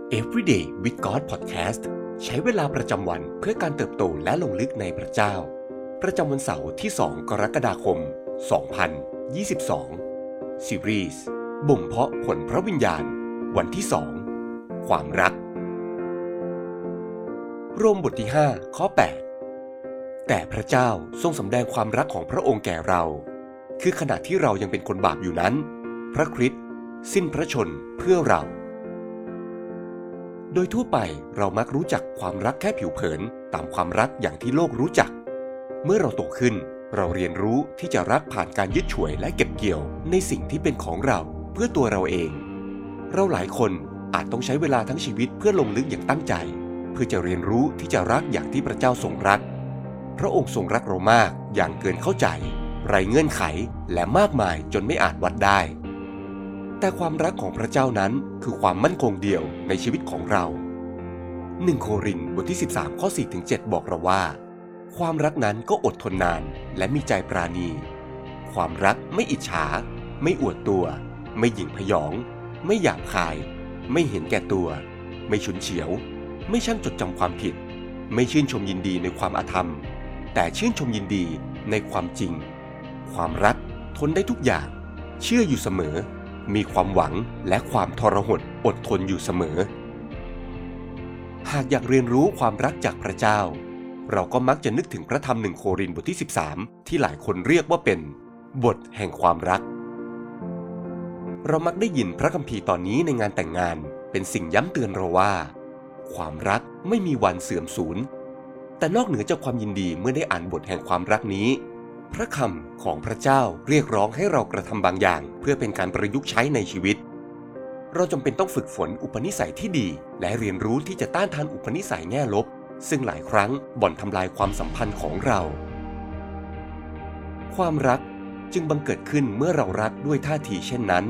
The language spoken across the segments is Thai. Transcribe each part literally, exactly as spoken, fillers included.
Everyday with God Podcast ใช้เวลาประจำวันเพื่อการเติบโตและลงลึกในพระเจ้าประจำวันเสาร์ที่สองกรกฎาคมสองพันยี่สิบสองซีรีส์บ่มเพาะผลพระวิญญาณวันที่สองความรักโรมบทที่ห้าข้อแปดแต่พระเจ้าทรงสำแดงความรักของพระองค์แก่เราคือขณะที่เรายังเป็นคนบาปอยู่นั้นพระคริสต์สิ้นพระชนเพื่อเราโดยทั่วไปเรามักรู้จักความรักแค่ผิวเผินตามความรักอย่างที่โลกรู้จักเมื่อเราโตขึ้นเราเรียนรู้ที่จะรักผ่านการยึดฉวยและเก็บเกี่ยวในสิ่งที่เป็นของเราเพื่อตัวเราเองเราหลายคนอาจต้องใช้เวลาทั้งชีวิตเพื่อลงลึกอย่างตั้งใจเพื่อจะเรียนรู้ที่จะรักอย่างที่พระเจ้าทรงรักพระองค์ทรงรักเรามากอย่างเกินเข้าใจไร้เงื่อนไขและมากมายจนไม่อาจวัดได้แต่ความรักของพระเจ้านั้นคือความมั่นคงเดียวในชีวิตของเราหนึ่งโครินธ์บทที่สิบสามข้อสี่ถึงเจ็ดบอกเราว่าความรักนั้นก็อดทนนานและมีใจปราณีความรักไม่อิจฉาไม่อวดตัวไม่หยิ่งพยองไม่หยาบคายไม่เห็นแก่ตัวไม่ฉุนเฉียวไม่ช่างจดจำความผิดไม่ชื่นชมยินดีในความอาธรรมแต่ชื่นชมยินดีในความจริงความรักทนได้ทุกอย่างเชื่ออยู่เสมอมีความหวังและความทรหดอดทนอยู่เสมอหากอยากเรียนรู้ความรักจากพระเจ้าเราก็มักจะนึกถึงพระธรรมหนึ่งโครินธ์บทที่สิบสามที่หลายคนเรียกว่าเป็นบทแห่งความรักเรามักได้ยินพระคัมภีร์ตอนนี้ในงานแต่งงานเป็นสิ่งย้ำเตือนเราว่าความรักไม่มีวันเสื่อมสูญแต่นอกเหนือจากความยินดีเมื่อได้อ่านบทแห่งความรักนี้พระคำของพระเจ้าเรียกร้องให้เรากระทำบางอย่างเพื่อเป็นการประยุกต์ใช้ในชีวิตเราจำเป็นต้องฝึกฝนอุปนิสัยที่ดีและเรียนรู้ที่จะต้านทานอุปนิสัยแง่ลบซึ่งหลายครั้งบ่อนทำลายความสัมพันธ์ของเราความรักจึงบังเกิดขึ้นเมื่อเรารักด้วยท่าทีเช่นนั้น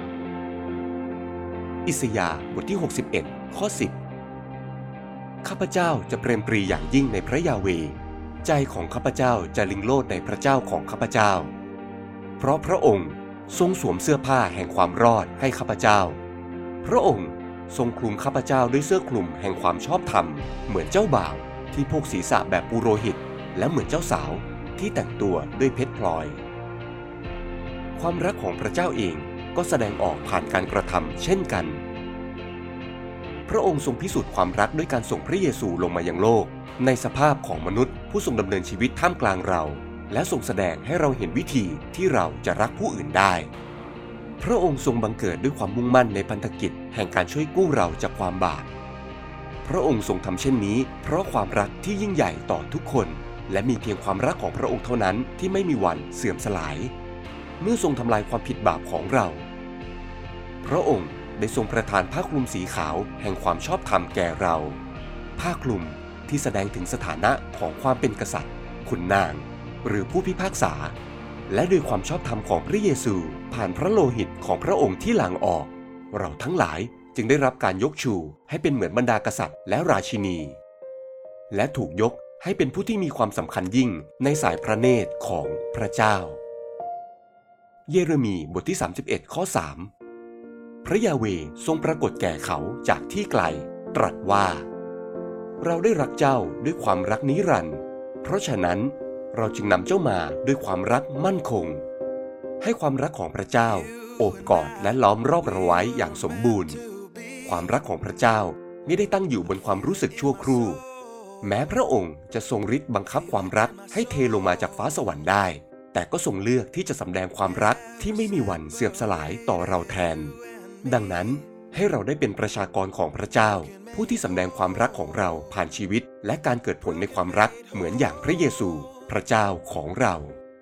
อิสยาห์บทที่หกสิบเอ็ดข้อสิบข้าพเจ้าจะเปรมปรีอย่างยิ่งในพระยาเวห์ใจของข้าพเจ้าจะลิงโลดในพระเจ้าของข้าพเจ้าเพราะพระองค์ทรงสวมเสื้อผ้าแห่งความรอดให้ข้าพเจ้าพระองค์ทรงคลุมข้าพเจ้าด้วยเสื้อคลุมแห่งความชอบธรรมเหมือนเจ้าบ่าวที่โพกศีรษะแบบปุโรหิตและเหมือนเจ้าสาวที่แต่งตัวด้วยเพชรพลอยความรักของพระเจ้าเองก็แสดงออกผ่านการกระทำเช่นกันพระองค์ทรงพิสูจน์ความรักด้วยการส่งพระเยซูลงมายังโลกในสภาพของมนุษย์ผู้ทรงดำเนินชีวิตท่ามกลางเราและทรงแสดงให้เราเห็นวิธีที่เราจะรักผู้อื่นได้พระองค์ทรงบังเกิดด้วยความมุ่งมั่นในพันธกิจแห่งการช่วยกู้เราจากความบาปพระองค์ทรงทำเช่นนี้เพราะความรักที่ยิ่งใหญ่ต่อทุกคนและมีเพียงความรักของพระองค์เท่านั้นที่ไม่มีวันเสื่อมสลายเมื่อทรงทำลายความผิดบาปของเราพระองค์ได้ทรงประทานผ้าคลุมสีขาวแห่งความชอบธรรมแก่เราผ้าคลุมที่แสดงถึงสถานะของความเป็นกษัตริย์ขุนนางหรือผู้พิพากษาและด้วยความชอบธรรมของพระเยซูผ่านพระโลหิตของพระองค์ที่หลั่งออกเราทั้งหลายจึงได้รับการยกชูให้เป็นเหมือนบรรดากษัตริย์และราชินีและถูกยกให้เป็นผู้ที่มีความสำคัญยิ่งในสายพระเนตรของพระเจ้าเยเรมีบทที่สามสิบเอ็ดข้อสามพระยาเวห์ทรงปรากฏแก่เขาจากที่ไกลตรัสว่าเราได้รักเจ้าด้วยความรักนิรันดร์เพราะฉะนั้นเราจึงนำเจ้ามาด้วยความรักมั่นคงให้ความรักของพระเจ้าโอบกอดและล้อมรอบเราไว้อย่างสมบูรณ์ความรักของพระเจ้าไม่ได้ตั้งอยู่บนความรู้สึกชั่วครู่แม้พระองค์จะทรงฤทธิ์บังคับความรักให้เทลงมาจากฟ้าสวรรค์ได้แต่ก็ทรงเลือกที่จะสำแดงความรักที่ไม่มีวันเสื่อมสลายต่อเราแทนดังนั้นให้เราได้เป็นประชากรของพระเจ้าผู้ที่สำแดงความรักของเราผ่านชีวิตและการเกิดผลในความรักเหมือนอย่างพระเยซูพระเจ้าของเรา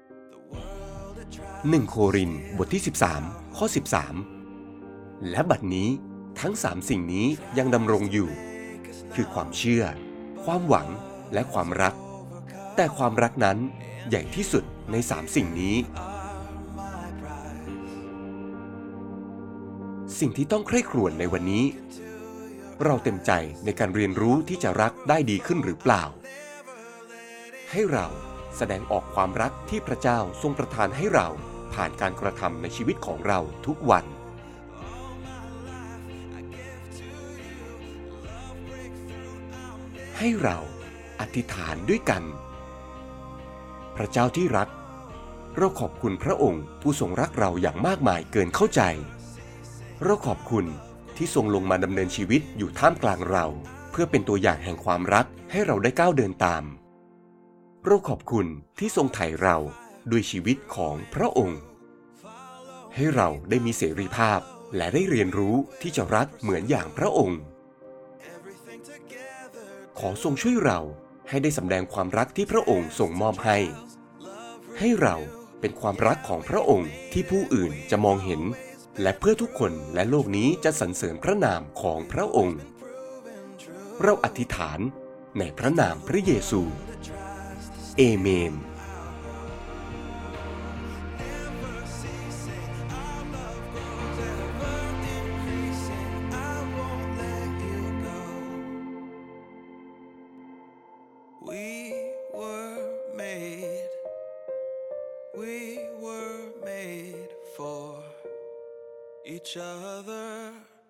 หนึ่งโครินธ์บทที่สิบสามข้อสิบสามและบัดนี้ทั้งสามสิ่งนี้ยังดำรงอยู่คือความเชื่อความหวังและความรักแต่ความรักนั้นใหญ่ที่สุดในสามสิ่งนี้สิ่งที่ต้องใคร่ครวญในวันนี้เราเต็มใจในการเรียนรู้ที่จะรักได้ดีขึ้นหรือเปล่าให้เราแสดงออกความรักที่พระเจ้าทรงประทานให้เราผ่านการกระทำในชีวิตของเราทุกวันให้เราอธิษฐานด้วยกันพระเจ้าที่รักเราขอบคุณพระองค์ผู้ทรงรักเราอย่างมากมายเกินเข้าใจเราขอบคุณที่ทรงลงมาดำเนินชีวิตอยู่ท่ามกลางเราเพื่อเป็นตัวอย่างแห่งความรักให้เราได้ก้าวเดินตามเราขอบคุณที่ทรงไถ่เราด้วยชีวิตของพระองค์ให้เราได้มีเสรีภาพและได้เรียนรู้ที่จะรักเหมือนอย่างพระองค์ขอทรงช่วยเราให้ได้สำแดงความรักที่พระองค์ทรงมอบให้ให้เราเป็นความรักของพระองค์ที่ผู้อื่นจะมองเห็นและเพื่อทุกคนและโลกนี้จะสรรเสริญพระนามของพระองค์เราอธิษฐานในพระนามพระเยซูเอเมน We were made, we were made for each other.